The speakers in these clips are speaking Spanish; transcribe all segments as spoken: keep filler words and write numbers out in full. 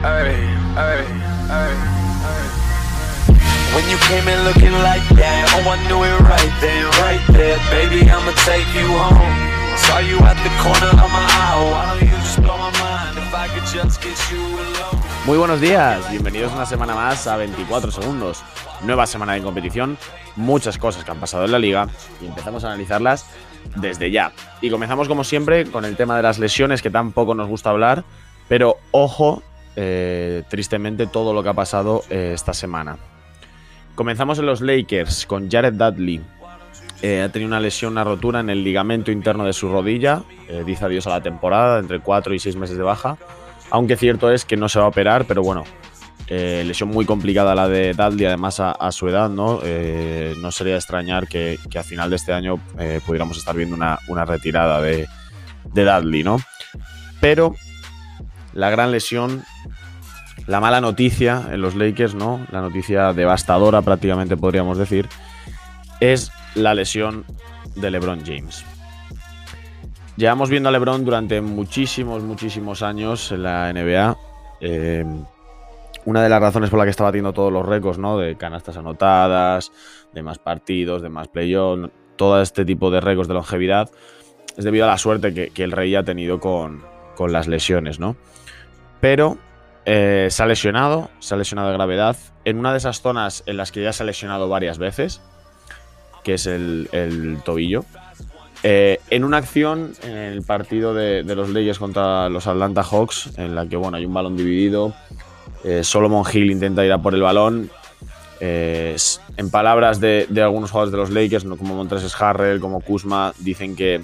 Ay, ay, ay, ay. When you came in looking like that, oh, I knew it right then, right there. Baby, I'ma take you home. Saw you at the corner of my eye. Why don't you just blow my mind if I could just get you alone? Muy buenos días, bienvenidos una semana más a veinticuatro segundos. Nueva semana de competición, muchas cosas que han pasado en la liga y empezamos a analizarlas desde ya. Y comenzamos como siempre con el tema de las lesiones, que tampoco nos gusta hablar, pero ojo, eh, tristemente todo lo que ha pasado eh, esta semana. Comenzamos en los Lakers con Jared Dudley. Eh, ha tenido una lesión, una rotura en el ligamento interno de su rodilla. Eh, dice adiós a la temporada, entre cuatro y seis meses de baja. Aunque cierto es que no se va a operar, pero bueno, eh, lesión muy complicada la de Dudley, además a, a su edad, ¿no? Eh, no sería de extrañar que, que a final de este año eh, pudiéramos estar viendo una, una retirada de, de Dudley, ¿no? Pero la gran lesión, la mala noticia en los Lakers, ¿no? La noticia devastadora prácticamente podríamos decir, es la lesión de LeBron James. Llevamos viendo a LeBron durante muchísimos, muchísimos años en la N B A. Eh, una de las razones por la que está batiendo todos los récords, ¿no? De canastas anotadas, de más partidos, de más playoffs, todo este tipo de récords de longevidad, es debido a la suerte que, que el Rey ha tenido con, con las lesiones, ¿no? Pero eh, se ha lesionado, se ha lesionado de gravedad en una de esas zonas en las que ya se ha lesionado varias veces, que es el, el tobillo. Eh, en una acción en el partido de, de los Lakers contra los Atlanta Hawks, en la que bueno, hay un balón dividido, eh, Solomon Hill intenta ir a por el balón. Eh, en palabras de, de algunos jugadores de los Lakers, ¿no? Como Montrezl Harrell, como Kuzma, dicen que,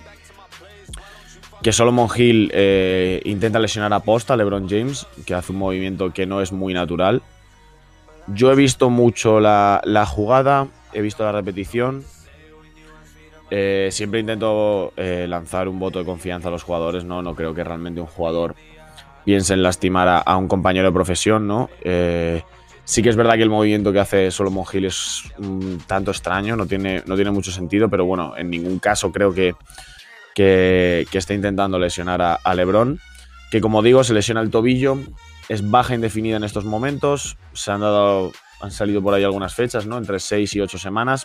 que Solomon Hill eh, intenta lesionar a posta a LeBron James, que hace un movimiento que no es muy natural. Yo he visto mucho la, la jugada, he visto la repetición. Eh, siempre intento eh, lanzar un voto de confianza a los jugadores, ¿no? No creo que realmente un jugador piense en lastimar a, a un compañero de profesión, ¿no? Eh, sí que es verdad que el movimiento que hace Solomon Hill es un tanto extraño, no tiene, no tiene mucho sentido, pero bueno, en ningún caso creo que, que, que esté intentando lesionar a, a LeBron, que como digo, se lesiona el tobillo, es baja indefinida en estos momentos, se han dado, han salido por ahí algunas fechas, ¿no? Entre seis y ocho semanas.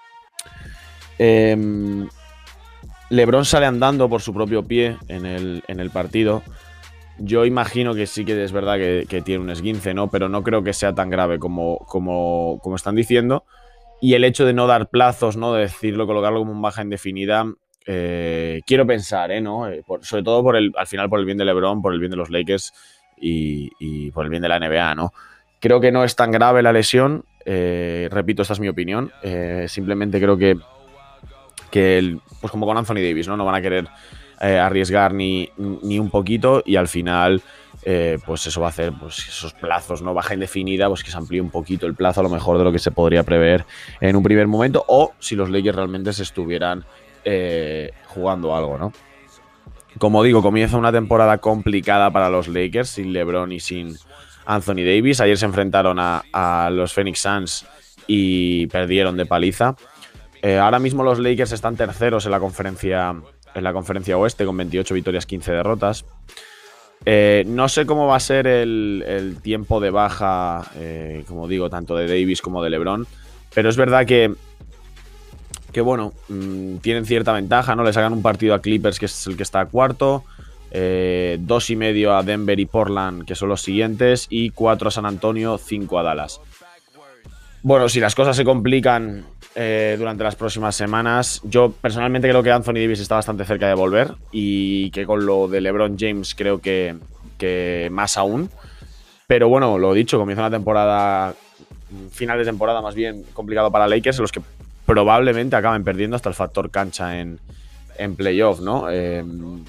Eh, LeBron sale andando por su propio pie en el, en el partido. Yo imagino que sí que es verdad que, que tiene un esguince, ¿no? Pero no creo que sea tan grave como, como, como están diciendo. Y el hecho de no dar plazos, ¿no? De decirlo, colocarlo como un baja indefinida, eh, quiero pensar, ¿eh? ¿No? Eh, por, sobre todo por el, al final por el bien de LeBron, por el bien de los Lakers y, y por el bien de la N B A, ¿no? Creo que no es tan grave la lesión. Eh, repito, esta es mi opinión. Eh, simplemente creo que que el, pues como con Anthony Davis, ¿no? No van a querer eh, arriesgar ni, ni un poquito y al final eh, pues eso va a hacer pues esos plazos, ¿no? Baja indefinida, pues que se amplíe un poquito el plazo a lo mejor de lo que se podría prever en un primer momento, o si los Lakers realmente se estuvieran eh, jugando algo, ¿no? Como digo, comienza una temporada complicada para los Lakers, sin LeBron y sin Anthony Davis. Ayer se enfrentaron a, a los Phoenix Suns y perdieron de paliza. Eh, ahora mismo los Lakers están terceros en la conferencia, en la conferencia oeste con veintiocho victorias, quince derrotas. Eh, no sé cómo va a ser el, el tiempo de baja, eh, como digo, tanto de Davis como de LeBron, pero es verdad que, que bueno, mmm, tienen cierta ventaja, ¿no? Le sacan un partido a Clippers, que es el que está cuarto, eh, dos y medio a Denver y Portland, que son los siguientes, y cuatro a San Antonio, cinco a Dallas. Bueno, si las cosas se complican eh, durante las próximas semanas, yo personalmente creo que Anthony Davis está bastante cerca de volver y que con lo de LeBron James creo que, que más aún. Pero bueno, lo dicho, comienza una temporada, final de temporada más bien complicado para Lakers, en los que probablemente acaben perdiendo hasta el factor cancha en, en playoff, ¿no? Eh,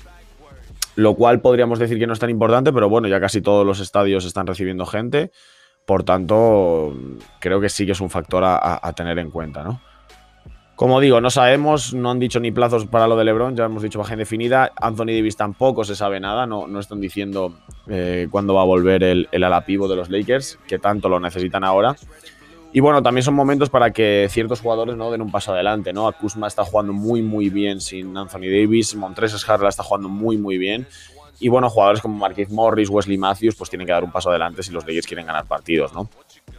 lo cual podríamos decir que no es tan importante, pero bueno, ya casi todos los estadios están recibiendo gente. Por tanto, creo que sí que es un factor a, a, a tener en cuenta, ¿no? Como digo, no sabemos, no han dicho ni plazos para lo de LeBron, ya hemos dicho baja indefinida. Anthony Davis tampoco se sabe nada, no, no están diciendo eh, cuándo va a volver el, el ala pívot de los Lakers, que tanto lo necesitan ahora. Y bueno, también son momentos para que ciertos jugadores, ¿no?, den un paso adelante, ¿no? Kuzma está jugando muy, muy bien sin Anthony Davis, Montrezl Harrell está jugando muy, muy bien. y bueno, jugadores como Marquise Morris, Wesley Matthews, pues tienen que dar un paso adelante si los Lakers quieren ganar partidos, ¿no?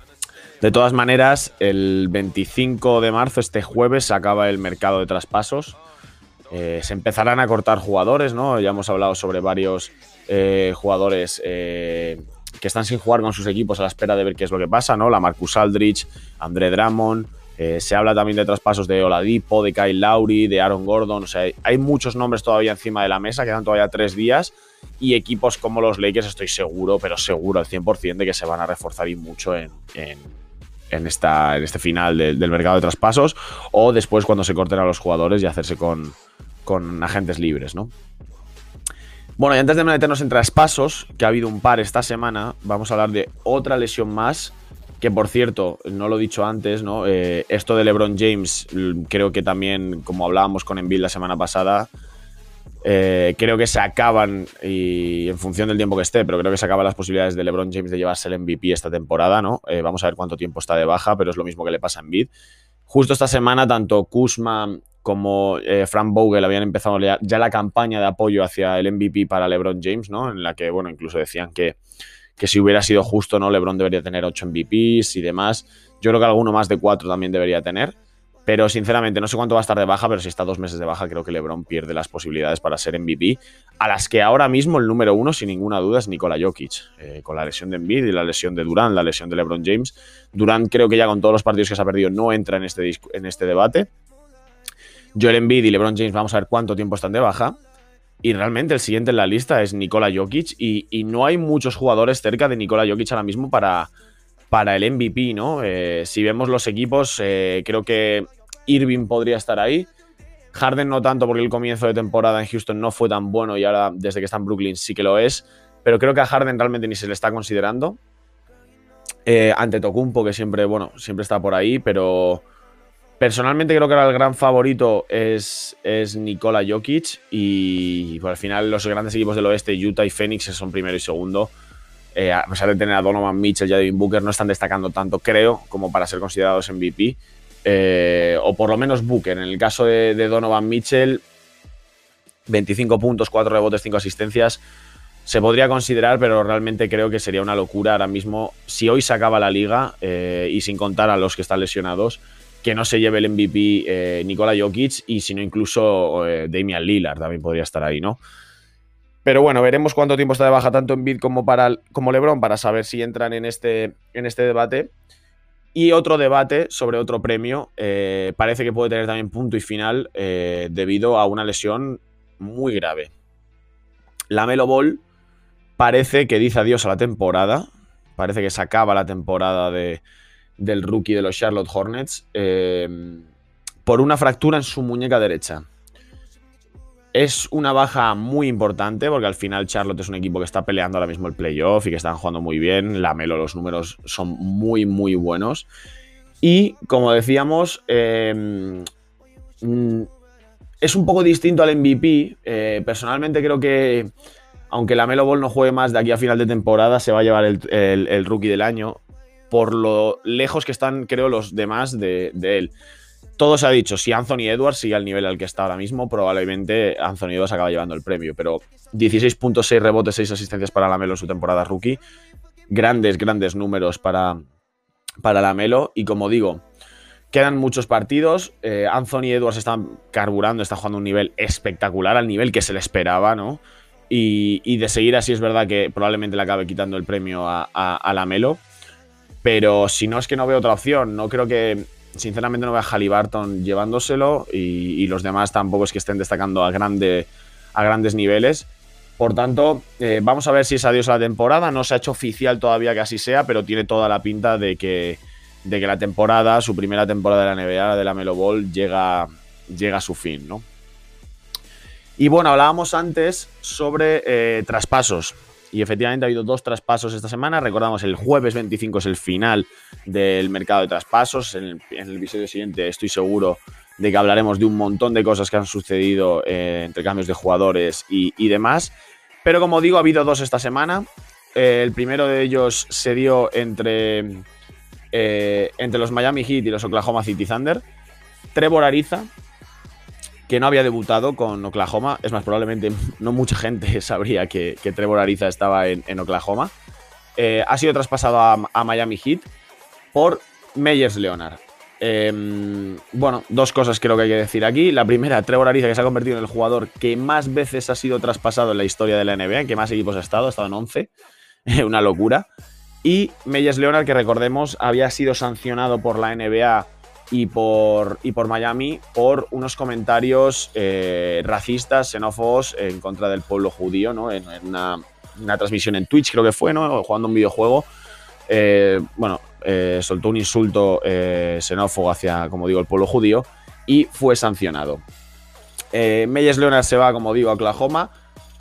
De todas maneras, el veinticinco de marzo, este jueves, se acaba el mercado de traspasos. Eh, se empezarán a cortar jugadores, ¿no? Ya hemos hablado sobre varios eh, jugadores eh, que están sin jugar con sus equipos a la espera de ver qué es lo que pasa, ¿no? La Marcus Aldridge, Andre Drummond. Eh, se habla también de traspasos de Oladipo, de Kyle Lowry, de Aaron Gordon. O sea, hay, hay muchos nombres todavía encima de la mesa, quedan todavía tres días. Y equipos como los Lakers estoy seguro, pero seguro al cien por cien de que se van a reforzar y mucho en, en, en, esta, en este final de, del mercado de traspasos. O después cuando se corten a los jugadores y hacerse con, con agentes libres, ¿no? Bueno, y antes de meternos en traspasos, que ha habido un par esta semana, vamos a hablar de otra lesión más. Que por cierto, no lo he dicho antes, ¿no? Eh, esto de LeBron James, creo que también, como hablábamos con Embiid la semana pasada, eh, creo que se acaban, y en función del tiempo que esté, pero creo que se acaban las posibilidades de LeBron James de llevarse el M V P esta temporada, ¿no? Eh, vamos a ver cuánto tiempo está de baja, pero es lo mismo que le pasa a Embiid. Justo esta semana, tanto Kuzma como eh, Frank Vogel habían empezado ya la campaña de apoyo hacia el M V P para LeBron James, ¿no? En la que, bueno, incluso decían que que si hubiera sido justo, ¿no? LeBron debería tener ocho M V Ps y demás. Yo creo que alguno más de cuatro también debería tener. Pero sinceramente, no sé cuánto va a estar de baja, pero si está dos meses de baja, creo que LeBron pierde las posibilidades para ser M V P, a las que ahora mismo el número uno, sin ninguna duda, es Nikola Jokic. Eh, con la lesión de Embiid y la lesión de Durant, la lesión de LeBron James. Durant creo que ya con todos los partidos que se ha perdido no entra en este, en este debate. Joel Embiid y LeBron James, vamos a ver cuánto tiempo están de baja. Y realmente el siguiente en la lista es Nikola Jokic y, y no hay muchos jugadores cerca de Nikola Jokic ahora mismo para, para el M V P, ¿no? Eh, si vemos los equipos, eh, creo que Irving podría estar ahí. Harden no tanto porque el comienzo de temporada en Houston no fue tan bueno y ahora desde que está en Brooklyn sí que lo es. Pero creo que a Harden realmente ni se le está considerando. Eh, Antetokounmpo, que siempre, bueno, siempre está por ahí, pero... Personalmente creo que ahora el gran favorito es, es Nikola Jokic y pues, al final los grandes equipos del oeste, Utah y Phoenix, son primero y segundo. Eh, a pesar de tener a Donovan Mitchell y a Devin Booker, no están destacando tanto, creo, como para ser considerados M V P. Eh, o por lo menos Booker. En el caso de, de Donovan Mitchell, veinticinco puntos, cuatro rebotes, cinco asistencias. Se podría considerar, pero realmente creo que sería una locura ahora mismo. Si hoy se acaba la liga eh, y sin contar a los que están lesionados, que no se lleve el M V P eh, Nikola Jokic y si no incluso eh, Damian Lillard también podría estar ahí, ¿no? Pero bueno, veremos cuánto tiempo está de baja tanto Embiid como, para, como LeBron para saber si entran en este, en este debate. Y otro debate sobre otro premio eh, parece que puede tener también punto y final eh, debido a una lesión muy grave. LaMelo Ball parece que dice adiós a la temporada, parece que se acaba la temporada de... del rookie de los Charlotte Hornets eh, por una fractura en su muñeca derecha. Es una baja muy importante porque al final Charlotte es un equipo que está peleando ahora mismo el playoff y que están jugando muy bien. LaMelo, los números son muy muy buenos y como decíamos eh, es un poco distinto al M V P. Eh, personalmente creo que aunque LaMelo Ball no juegue más de aquí a final de temporada, se va a llevar el, el, el rookie del año por lo lejos que están, creo, los demás de, de él. Todo se ha dicho, si Anthony Edwards sigue al nivel al que está ahora mismo, probablemente Anthony Edwards acaba llevando el premio, pero dieciséis puntos, seis rebotes, seis asistencias para LaMelo en su temporada rookie. Grandes, grandes números para, para LaMelo y como digo, quedan muchos partidos. Eh, Anthony Edwards está carburando, está jugando a un nivel espectacular, al nivel que se le esperaba, ¿no? Y, y de seguir así es verdad que probablemente le acabe quitando el premio a, a, a LaMelo. Pero si no, es que no veo otra opción. No creo que, sinceramente, no veo a Haliburton llevándoselo y, y los demás tampoco es que estén destacando a, grande, a grandes niveles. Por tanto, eh, vamos a ver si es adiós a la temporada. No se ha hecho oficial todavía que así sea, pero tiene toda la pinta de que, de que la temporada, su primera temporada de la N B A, la de LaMelo Ball, llega, llega a su fin, ¿no? Y bueno, hablábamos antes sobre eh, traspasos. Y efectivamente ha habido dos traspasos esta semana. Recordamos, el jueves veinticinco es el final del mercado de traspasos. En el, en el episodio siguiente estoy seguro de que hablaremos de un montón de cosas que han sucedido eh, entre cambios de jugadores y, y demás. Pero como digo, ha habido dos esta semana. Eh, el primero de ellos se dio entre, eh, entre los Miami Heat y los Oklahoma City Thunder. Trevor Ariza que no había debutado con Oklahoma. Es más, probablemente no mucha gente sabría que, que Trevor Ariza estaba en, en Oklahoma. Eh, ha sido traspasado a, a Miami Heat por Meyers Leonard. Eh, bueno, dos cosas creo que hay que decir aquí. La primera, Trevor Ariza, que se ha convertido en el jugador que más veces ha sido traspasado en la historia de la N B A, en que más equipos ha estado, ha estado en once. Una locura. Y Meyers Leonard, que recordemos, había sido sancionado por la N B A y por, y por Miami por unos comentarios eh, racistas, xenófobos en contra del pueblo judío, ¿no? En, en una, una transmisión en Twitch, creo que fue, ¿no? Jugando un videojuego. Eh, bueno, eh, soltó un insulto eh, xenófobo hacia, como digo, el pueblo judío y fue sancionado. Eh, Meyers Leonard se va, como digo, a Oklahoma.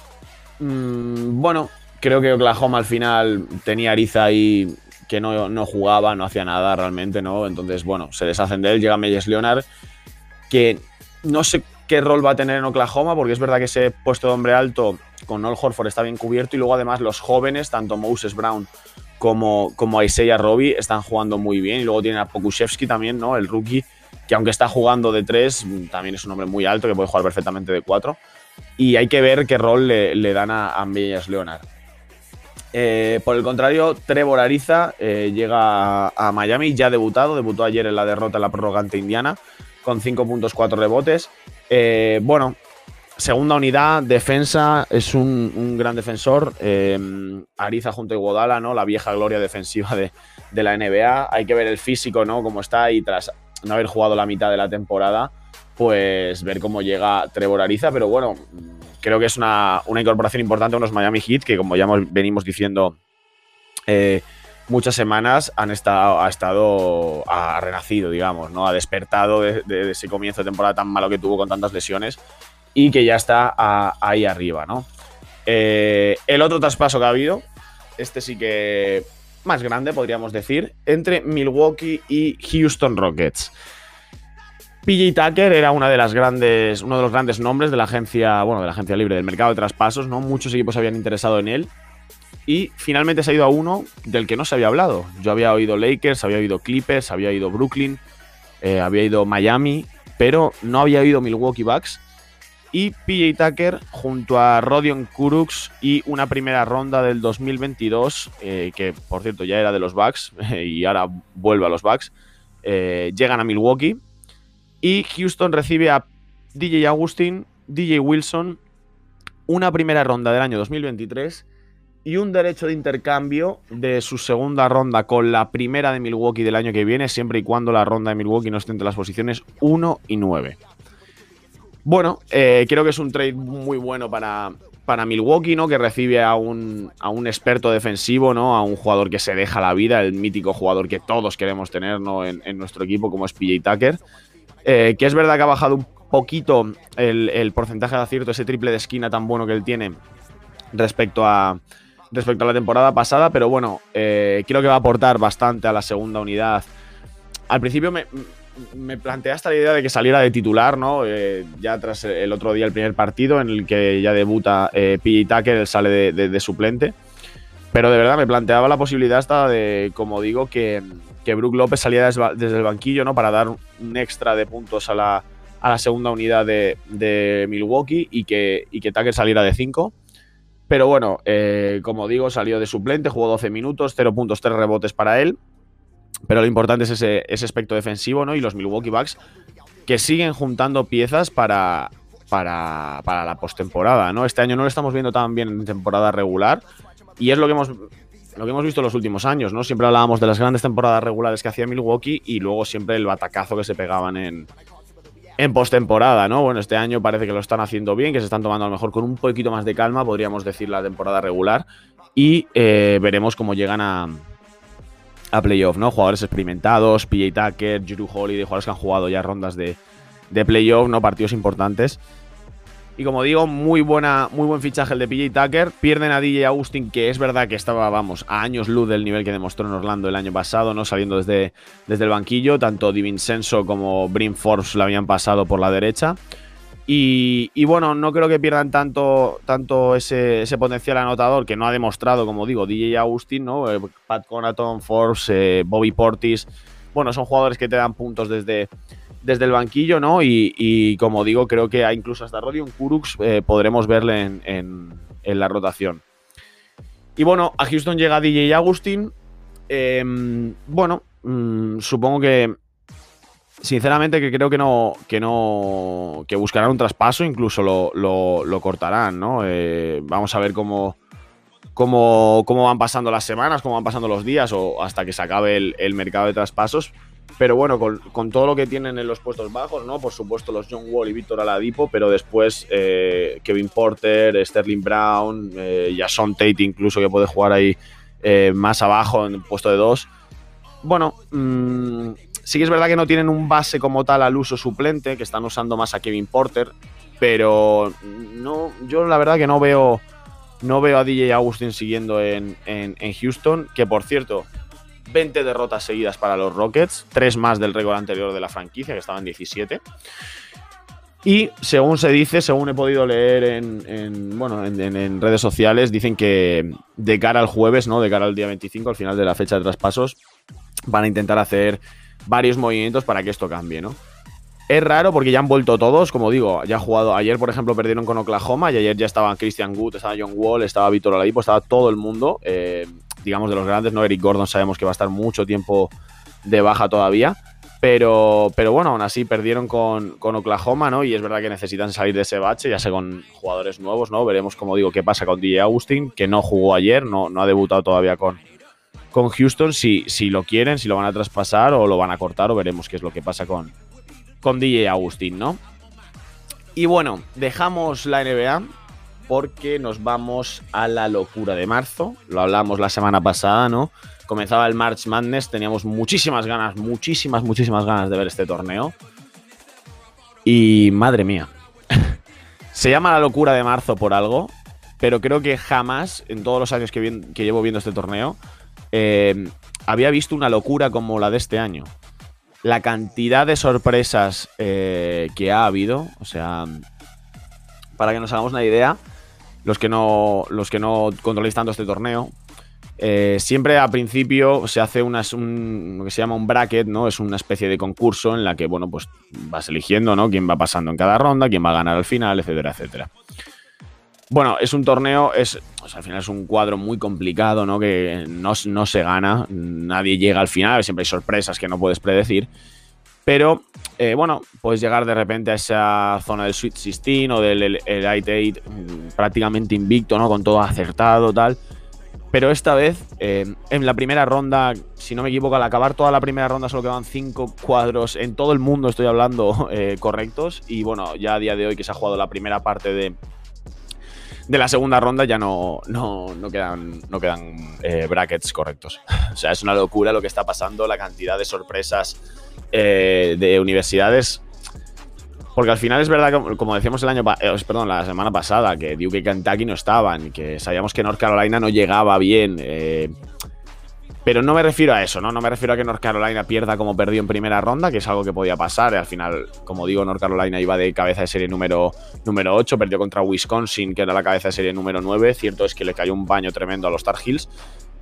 Mm, bueno, creo que Oklahoma al final tenía Ariza ahí que no, no jugaba, no hacía nada realmente, ¿no? Entonces, bueno, se deshacen de él. Llega Meyers Leonard, que no sé qué rol va a tener en Oklahoma, porque es verdad que ese puesto de hombre alto con Al Horford está bien cubierto y luego además los jóvenes, tanto Moses Brown como, como Isaiah Roby, están jugando muy bien. Y luego tienen a Pokusevski también, ¿no? El rookie, que aunque está jugando de tres, también es un hombre muy alto que puede jugar perfectamente de cuatro. Y hay que ver qué rol le, le dan a, a Meyers Leonard. Eh, por el contrario, Trevor Ariza eh, llega a, a Miami, ya debutado, debutó ayer en la derrota en la prórroga ante Indiana, con cinco puntos, cuatro rebotes. Eh, bueno, segunda unidad, defensa, es un, un gran defensor. Eh, Ariza junto a Iguodala, ¿no? La vieja gloria defensiva de, de la N B A. Hay que ver el físico, ¿no? Cómo está, y tras no haber jugado la mitad de la temporada, pues ver cómo llega Trevor Ariza, pero bueno, creo que es una, una incorporación importante a unos Miami Heat que, como ya hemos, venimos diciendo eh, muchas semanas, han estado, ha estado, ha renacido, digamos, ¿no? Ha despertado de, de, de ese comienzo de temporada tan malo que tuvo con tantas lesiones y que ya está a, ahí arriba, ¿no? Eh, el otro traspaso que ha habido, este sí que más grande, podríamos decir, entre Milwaukee y Houston Rockets. P J Tucker era una de las grandes, uno de los grandes nombres de la agencia, bueno, de la agencia libre, del mercado de traspasos, ¿no? Muchos equipos habían interesado en él y finalmente se ha ido a uno del que no se había hablado. Yo había oído Lakers, había oído Clippers, había oído Brooklyn, eh, había oído Miami, pero no había oído Milwaukee Bucks. Y P J Tucker junto a Rodion Kurucs y una primera ronda del dos mil veintidós, eh, que por cierto ya era de los Bucks y ahora vuelve a los Bucks, eh, llegan a Milwaukee. Y Houston recibe a D J Augustin, D J Wilson, una primera ronda del año dos mil veintitrés y un derecho de intercambio de su segunda ronda con la primera de Milwaukee del año que viene, siempre y cuando la ronda de Milwaukee no esté entre las posiciones uno y nueve. Bueno, eh, creo que es un trade muy bueno para, para Milwaukee, ¿no? Que recibe a un, a un experto defensivo, ¿no? A un jugador que se deja la vida, el mítico jugador que todos queremos tener, ¿no? en, en nuestro equipo, como es P J Tucker. Eh, que es verdad que ha bajado un poquito el, el porcentaje de acierto, ese triple de esquina tan bueno que él tiene respecto a, respecto a la temporada pasada, pero bueno, eh, creo que va a aportar bastante a la segunda unidad. Al principio me, me planteé hasta la idea de que saliera de titular, ¿no? Eh, ya tras el otro día, el primer partido en el que ya debuta eh, P J Tucker, él sale de, de, de suplente, pero de verdad me planteaba la posibilidad hasta de, como digo, que... que Brook López salía desde el banquillo, ¿no? Para dar un extra de puntos a la, a la segunda unidad de, de Milwaukee y que, y que Tucker saliera de cinco. Pero bueno, eh, como digo, salió de suplente, jugó doce minutos, cero puntos, tres rebotes para él. Pero lo importante es ese, ese aspecto defensivo, ¿no? Y los Milwaukee Bucks que siguen juntando piezas para, para, para la postemporada, ¿no? Este año no lo estamos viendo tan bien en temporada regular y es lo que hemos... lo que hemos visto en los últimos años, ¿no? Siempre hablábamos de las grandes temporadas regulares que hacía Milwaukee y luego siempre el batacazo que se pegaban en, en postemporada, ¿no? Bueno, este año parece que lo están haciendo bien, que se están tomando a lo mejor con un poquito más de calma, podríamos decir, la temporada regular. Y eh, veremos cómo llegan a, a playoff, ¿no? Jugadores experimentados, P J Tucker, Jrue Holiday, jugadores que han jugado ya rondas de, de playoff, ¿no? Partidos importantes. Y como digo, muy, buena, muy buen fichaje el de P J Tucker. Pierden a D J Augustin, que es verdad que estaba, vamos, a años luz del nivel que demostró en Orlando el año pasado, ¿no? Saliendo desde, desde el banquillo. Tanto DiVincenzo como Bryn Forbes lo habían pasado por la derecha. Y, y bueno, no creo que pierdan tanto, tanto ese, ese potencial anotador que no ha demostrado, como digo, D J Augustin, ¿no? Eh, Pat Connaughton, Forbes, eh, Bobby Portis. Bueno, son jugadores que te dan puntos desde... desde el banquillo, ¿no? Y, y como digo, creo que incluso hasta Rodion Kurucs eh, podremos verle en, en, en la rotación. Y bueno, a Houston llega D J Augustin. Eh, bueno, mmm, supongo que, sinceramente, que creo que no, que no, que buscarán un traspaso, incluso lo, lo, lo cortarán, ¿no? Eh, vamos a ver cómo, cómo, cómo van pasando las semanas, cómo van pasando los días o hasta que se acabe el, el mercado de traspasos. Pero bueno, con, con todo lo que tienen en los puestos bajos, ¿no? Por supuesto, los John Wall y Víctor Oladipo, pero después eh, Kevin Porter, Sterling Brown, eh, Jason Tate incluso, que puede jugar ahí eh, más abajo en el puesto de dos. Bueno, mmm, sí que es verdad que no tienen un base como tal al uso suplente, que están usando más a Kevin Porter, pero no, yo la verdad que no veo, no veo a D J Augustin siguiendo en, en, en Houston, que por cierto, veinte derrotas seguidas para los Rockets, tres más del récord anterior de la franquicia, que estaban diecisiete. Y según se dice, según he podido leer en, en, bueno, en, en, en redes sociales, dicen que de cara al jueves, ¿no? De cara al día veinticinco, al final de la fecha de traspasos, van a intentar hacer varios movimientos para que esto cambie, ¿no? Es raro porque ya han vuelto todos, como digo, ya han jugado. Ayer, por ejemplo, perdieron con Oklahoma y ayer ya estaban Christian Wood, estaba John Wall, estaba Víctor Oladipo, estaba todo el mundo, eh, digamos, de los grandes, ¿no? Eric Gordon sabemos que va a estar mucho tiempo de baja todavía, pero, pero bueno, aún así perdieron con, con Oklahoma, ¿no? Y es verdad que necesitan salir de ese bache, ya sea con jugadores nuevos, ¿no? Veremos, como digo, qué pasa con D J Augustin, que no jugó ayer, no, no ha debutado todavía con, con Houston, si, si lo quieren, si lo van a traspasar o lo van a cortar, o veremos qué es lo que pasa con, con D J Augustin, ¿no? Y bueno, dejamos la N B A porque nos vamos a la locura de marzo. Lo hablamos la semana pasada, ¿no? Comenzaba el March Madness, teníamos muchísimas ganas, muchísimas, muchísimas ganas de ver este torneo. Y madre mía, se llama la locura de marzo por algo, pero creo que jamás, en todos los años que, vi que llevo viendo este torneo, eh, había visto una locura como la de este año. La cantidad de sorpresas eh, que ha habido, o sea, para que nos hagamos una idea, los que no, los que no controléis tanto este torneo, eh, siempre a principio se hace una, un, lo que se llama un bracket, ¿no? Es una especie de concurso en la que, bueno, pues vas eligiendo, ¿no? Quién va pasando en cada ronda, quién va a ganar al final, etcétera, etcétera. Bueno, es un torneo, es, o sea, al final es un cuadro muy complicado, ¿no? Que no, no se gana, nadie llega al final, siempre hay sorpresas que no puedes predecir. Pero, eh, bueno, puedes llegar de repente a esa zona del Sweet dieciséis o del Elite ocho prácticamente invicto, ¿no? Con todo acertado, tal. Pero esta vez, eh, en la primera ronda, si no me equivoco, al acabar toda la primera ronda solo quedaban cinco cuadros en todo el mundo, estoy hablando, eh, correctos. Y bueno, ya a día de hoy que se ha jugado la primera parte de... de la segunda ronda ya no, no, no quedan, no quedan eh, brackets correctos. O sea, es una locura lo que está pasando, la cantidad de sorpresas eh, de universidades. Porque al final es verdad que, como decíamos el año eh, perdón, la semana pasada, que Duke y Kentucky no estaban, que sabíamos que North Carolina no llegaba bien. Eh, pero no me refiero a eso, ¿no? No me refiero a que North Carolina pierda como perdió en primera ronda, que es algo que podía pasar. Al final, como digo, North Carolina iba de cabeza de serie número, número ocho, perdió contra Wisconsin, que era la cabeza de serie número nueve. Cierto es que le cayó un baño tremendo a los Tar Heels.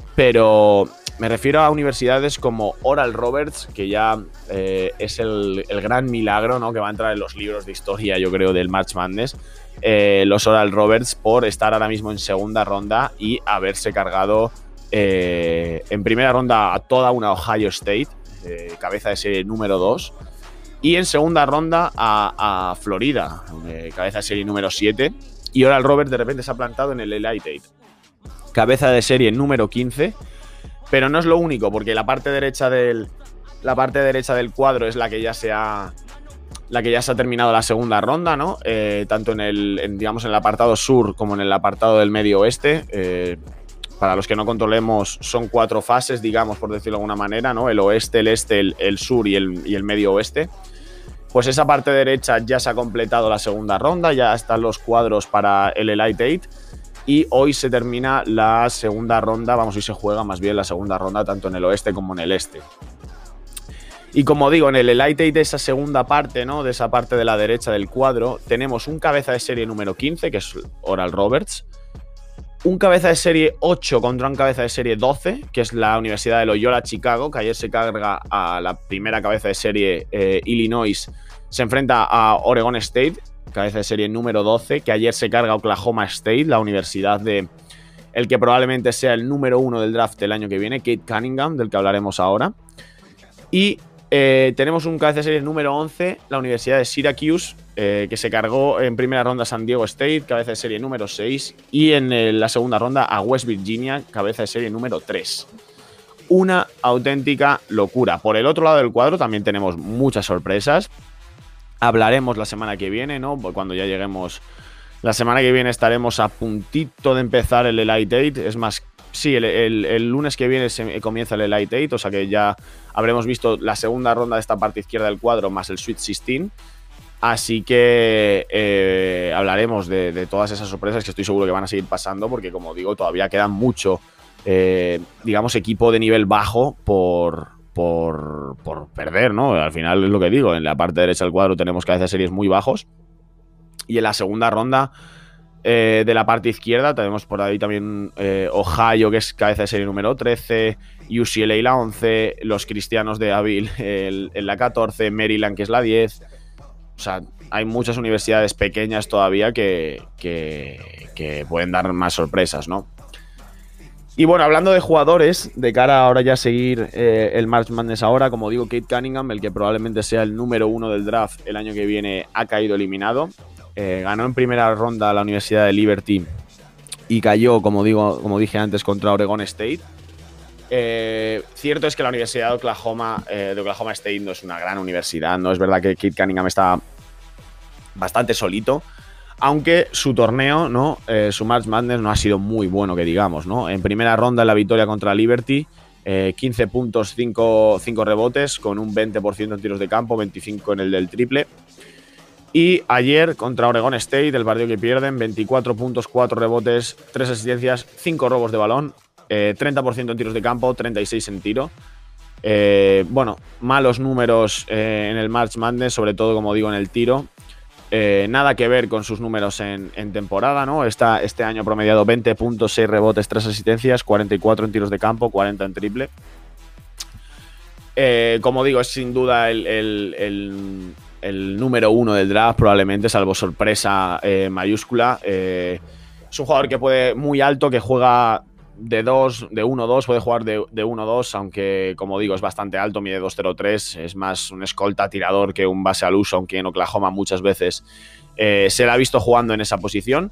Pero me refiero a universidades como Oral Roberts, que ya eh, es el, el gran milagro, ¿no? Que va a entrar en los libros de historia, yo creo, del March Madness. Eh, los Oral Roberts por estar ahora mismo en segunda ronda y haberse cargado eh, en primera ronda a toda una Ohio State, eh, cabeza de serie número dos. Y en segunda ronda a, a Florida, eh, cabeza de serie número siete. Y Oral Roberts de repente se ha plantado en el Elite ocho. Cabeza de serie número quince, pero no es lo único, porque la parte derecha del la parte derecha del cuadro es la que ya se ha la que ya se ha terminado la segunda ronda, ¿no? Eh, tanto en el en, digamos en el apartado sur como en el apartado del medio oeste. Eh, para los que no controlemos, son cuatro fases, digamos, por decirlo de alguna manera, ¿no? El oeste, el este, el, el sur y el, y el medio oeste. Pues esa parte derecha ya se ha completado la segunda ronda, ya están los cuadros para el Elite ocho. Y hoy se termina la segunda ronda, vamos, hoy se juega más bien la segunda ronda tanto en el oeste como en el este. Y como digo, en el Elite ocho, esa segunda parte, ¿no? De esa parte de la derecha del cuadro, tenemos un cabeza de serie número quince, que es Oral Roberts. Un cabeza de serie ocho contra un cabeza de serie doce, que es la Universidad de Loyola Chicago, que ayer se carga a la primera cabeza de serie eh, Illinois. Se enfrenta a Oregon State, cabeza de serie número doce, que ayer se carga a Oklahoma State, la universidad de el que probablemente sea el número uno del draft del año que viene, Cade Cunningham, del que hablaremos ahora. Y eh, tenemos un cabeza de serie número once, la Universidad de Syracuse, eh, que se cargó en primera ronda a San Diego State, cabeza de serie número seis, y en eh, la segunda ronda a West Virginia, cabeza de serie número tres. Una auténtica locura. Por el otro lado del cuadro también tenemos muchas sorpresas. Hablaremos la semana que viene, ¿no? Cuando ya lleguemos. La semana que viene estaremos a puntito de empezar el Elite eight. Es más, sí, el, el, el lunes que viene se comienza el Elite eight, o sea que ya habremos visto la segunda ronda de esta parte izquierda del cuadro más el Sweet dieciséis. Así que eh, hablaremos de, de todas esas sorpresas que estoy seguro que van a seguir pasando, porque como digo, todavía queda mucho, eh, digamos, equipo de nivel bajo por... Por, por perder, ¿no? Al final es lo que digo, en la parte derecha del cuadro tenemos cabeza de series muy bajos y en la segunda ronda eh, de la parte izquierda tenemos por ahí también eh, Ohio, que es cabeza de serie número trece, U C L A la once, los Cristianos de Avil en la catorce, Maryland, que es la diez. O sea, hay muchas universidades pequeñas todavía que, que, que pueden dar más sorpresas, ¿no? Y bueno, hablando de jugadores, de cara ahora ya a seguir eh, el March Madness ahora, como digo, Cade Cunningham, el que probablemente sea el número uno del draft el año que viene, ha caído eliminado. Eh, ganó en primera ronda a la Universidad de Liberty y cayó, como digo, como dije antes, contra Oregon State. Eh, cierto es que la Universidad de Oklahoma, eh, de Oklahoma State no es una gran universidad, no es verdad que Cade Cunningham está bastante solito. Aunque su torneo, ¿no? Eh, su March Madness no ha sido muy bueno, que digamos, ¿no? En primera ronda, en la victoria contra Liberty, eh, quince puntos, cinco, cinco rebotes, con un veinte por ciento en tiros de campo, veinticinco en el del triple. Y ayer, contra Oregon State, el partido que pierden, veinticuatro puntos, cuatro rebotes, tres asistencias, cinco robos de balón, eh, treinta por ciento en tiros de campo, treinta y seis en tiro. Eh, bueno, malos números eh, en el March Madness, sobre todo, como digo, en el tiro. Eh, nada que ver con sus números en, en temporada, ¿no? Esta, este año ha promediado veinte puntos, seis rebotes, tres asistencias, cuarenta y cuatro en tiros de campo, cuarenta en triple. Eh, como digo, es sin duda el, el, el, el número uno del draft, probablemente, salvo sorpresa eh, mayúscula. Eh, es un jugador que puede muy alto, que juega de dos, de uno dos, puede jugar de, de uno dos, aunque, como digo, es bastante alto, mide dos cero tres, es más un escolta tirador que un base al uso, aunque en Oklahoma muchas veces eh, se le ha visto jugando en esa posición.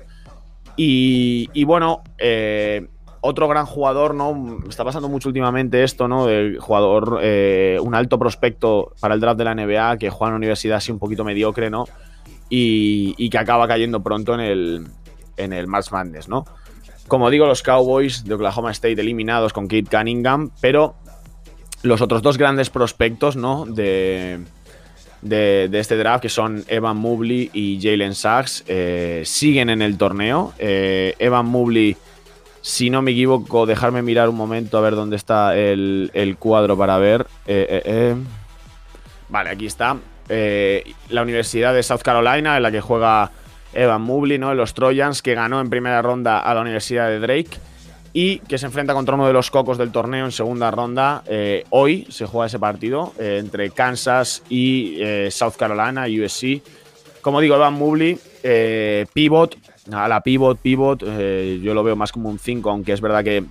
Y, y bueno, eh, otro gran jugador, ¿no? Está pasando mucho últimamente esto, ¿no? De jugador, eh, un alto prospecto para el draft de la N B A, que juega en una universidad así un poquito mediocre, ¿no? Y, y que acaba cayendo pronto en el, en el March Madness, ¿no? Como digo, los Cowboys de Oklahoma State eliminados con Cade Cunningham, pero los otros dos grandes prospectos, ¿no? de, de, de este draft, que son Evan Mobley y Jalen Suggs, eh, siguen en el torneo. Eh, Evan Mobley, si no me equivoco, dejarme mirar un momento a ver dónde está el, el cuadro para ver. Eh, eh, eh. Vale, aquí está. Eh, la Universidad de South Carolina, en la que juega Evan Mobley, ¿no? Los Trojans, que ganó en primera ronda a la Universidad de Drake y que se enfrenta contra uno de los cocos del torneo en segunda ronda. Eh, hoy se juega ese partido eh, entre Kansas y eh, South Carolina, U S C. Como digo, Evan Mobley, eh, pivot, a la pivot, pivot, eh, yo lo veo más como un cinco, aunque es verdad que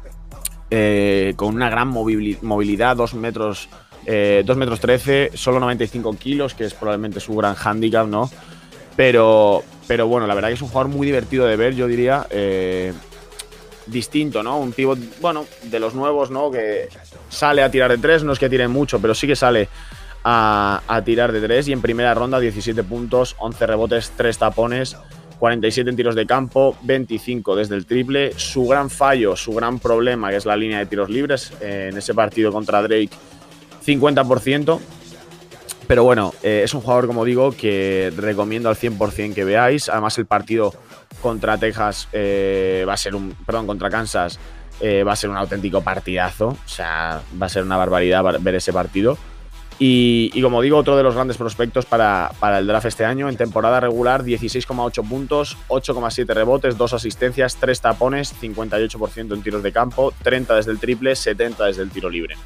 eh, con una gran movilidad, dos metros, eh, dos metros trece, solo noventa y cinco kilos, que es probablemente su gran hándicap, ¿no? Pero, pero bueno, la verdad que es un jugador muy divertido de ver, yo diría. Eh, distinto, ¿no? Un pivot, bueno, de los nuevos, ¿no? Que sale a tirar de tres, no es que tire mucho, pero sí que sale a, a tirar de tres. Y en primera ronda, diecisiete puntos, once rebotes, tres tapones, cuarenta y siete en tiros de campo, veinticinco desde el triple. Su gran fallo, su gran problema, que es la línea de tiros libres, eh, en ese partido contra Drake, cincuenta por ciento. Pero bueno, eh, es un jugador, como digo, que recomiendo al cien por cien que veáis. Además, el partido contra Texas eh, va a ser un... Perdón, contra Kansas eh, va a ser un auténtico partidazo. O sea, va a ser una barbaridad ver ese partido. Y, y como digo, otro de los grandes prospectos para, para el draft este año. En temporada regular, dieciséis coma ocho puntos, ocho coma siete rebotes, dos asistencias, tres tapones, cincuenta y ocho por ciento en tiros de campo, treinta desde el triple, setenta desde el tiro libre.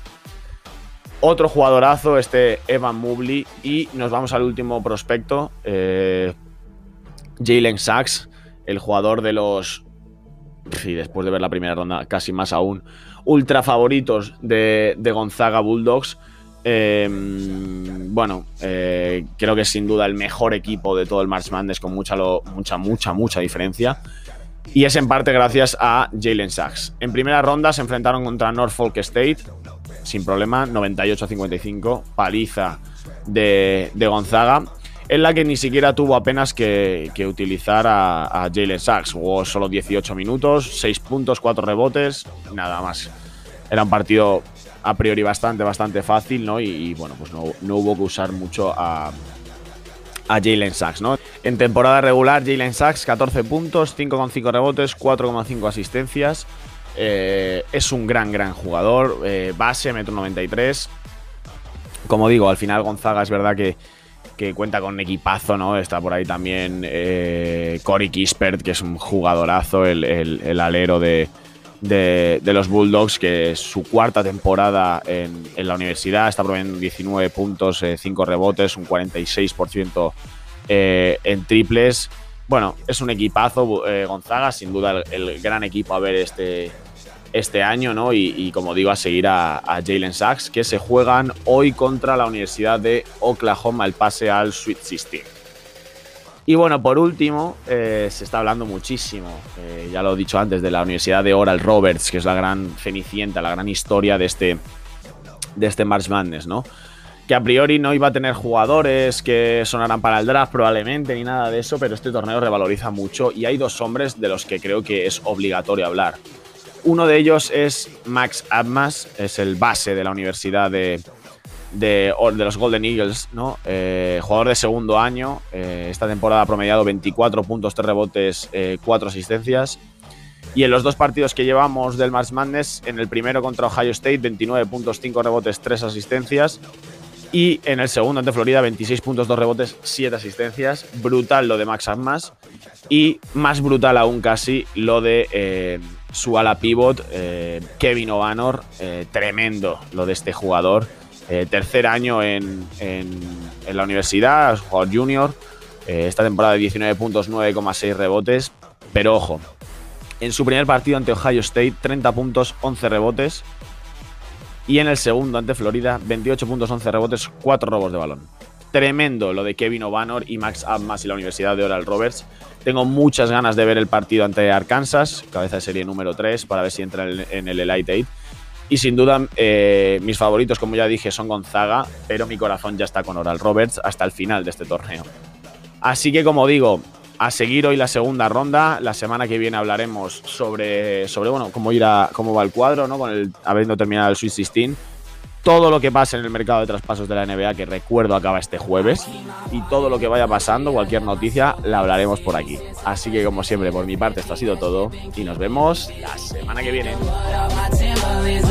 Otro jugadorazo, este Evan Mobley. Y nos vamos al último prospecto, eh, Jalen Suggs, el jugador de los, y después de ver la primera ronda, casi más aún, ultra favoritos de, de Gonzaga Bulldogs. Eh, bueno, eh, creo que es sin duda el mejor equipo de todo el March Madness, con mucha, lo, mucha, mucha, mucha diferencia. Y es en parte gracias a Jalen Suggs. En primera ronda se enfrentaron contra Norfolk State, sin problema, noventa y ocho a cincuenta y cinco, paliza de, de Gonzaga, en la que ni siquiera tuvo apenas que, que utilizar a, a Jalen Suggs. Jugó solo dieciocho minutos, seis puntos, cuatro rebotes, nada más. Era un partido a priori bastante, bastante fácil, ¿no? Y, y bueno, pues no, no hubo que usar mucho a, a Jalen Suggs, ¿no? En temporada regular, Jalen Suggs, catorce puntos, cinco coma cinco rebotes, cuatro coma cinco asistencias. Eh, es un gran, gran jugador. Eh, base, metro noventa y tres. Como digo, al final Gonzaga es verdad que, que cuenta con un equipazo, ¿no? Está por ahí también eh, Corey Kispert, que es un jugadorazo, el, el, el alero de... De, de los Bulldogs, que es su cuarta temporada en, en la universidad, está promediando diecinueve puntos, eh, cinco rebotes, un cuarenta y seis por ciento eh, en triples. Bueno, es un equipazo, eh, Gonzaga, sin duda el, el gran equipo a ver este, este año, ¿no? Y, y como digo, a seguir a, a Jalen Suggs, que se juegan hoy contra la Universidad de Oklahoma, el pase al Sweet dieciséis. Y bueno, por último, eh, se está hablando muchísimo, eh, ya lo he dicho antes, de la Universidad de Oral Roberts, que es la gran cenicienta, la gran historia de este, de este March Madness, ¿no? Que a priori no iba a tener jugadores que sonarán para el draft probablemente, ni nada de eso, pero este torneo revaloriza mucho y hay dos hombres de los que creo que es obligatorio hablar. Uno de ellos es Max Abmas, es el base de la Universidad de... De, de los Golden Eagles, ¿no? Eh, jugador de segundo año. Eh, esta temporada ha promediado veinticuatro puntos, tres rebotes, eh, cuatro asistencias. Y en los dos partidos que llevamos del March Madness, en el primero contra Ohio State, veintinueve puntos, cinco rebotes, tres asistencias. Y en el segundo ante Florida, veintiséis puntos, dos rebotes, siete asistencias. Brutal lo de Max Abmas. Y más brutal aún casi lo de eh, su ala pivot, eh, Kevin O'Banor. Eh, tremendo lo de este jugador. Eh, tercer año en, en, en la universidad, jugador junior. Eh, esta temporada de diecinueve puntos, nueve coma seis rebotes. Pero ojo, en su primer partido ante Ohio State, treinta puntos, once rebotes. Y en el segundo ante Florida, veintiocho puntos, once rebotes, cuatro robos de balón. Tremendo lo de Kevin O'Banor y Max Abmas y la Universidad de Oral Roberts. Tengo muchas ganas de ver el partido ante Arkansas, cabeza de serie número tres, para ver si entra en el Elite Eight. Y sin duda, eh, mis favoritos, como ya dije, son Gonzaga, pero mi corazón ya está con Oral Roberts hasta el final de este torneo. Así que, como digo, a seguir hoy la segunda ronda. La semana que viene hablaremos sobre, sobre bueno, cómo, irá, cómo va el cuadro, ¿no? Con el, habiendo terminado el Sweet dieciséis. Todo lo que pase en el mercado de traspasos de la N B A, que recuerdo acaba este jueves. Y todo lo que vaya pasando, cualquier noticia, la hablaremos por aquí. Así que, como siempre, por mi parte, esto ha sido todo. Y nos vemos la semana que viene.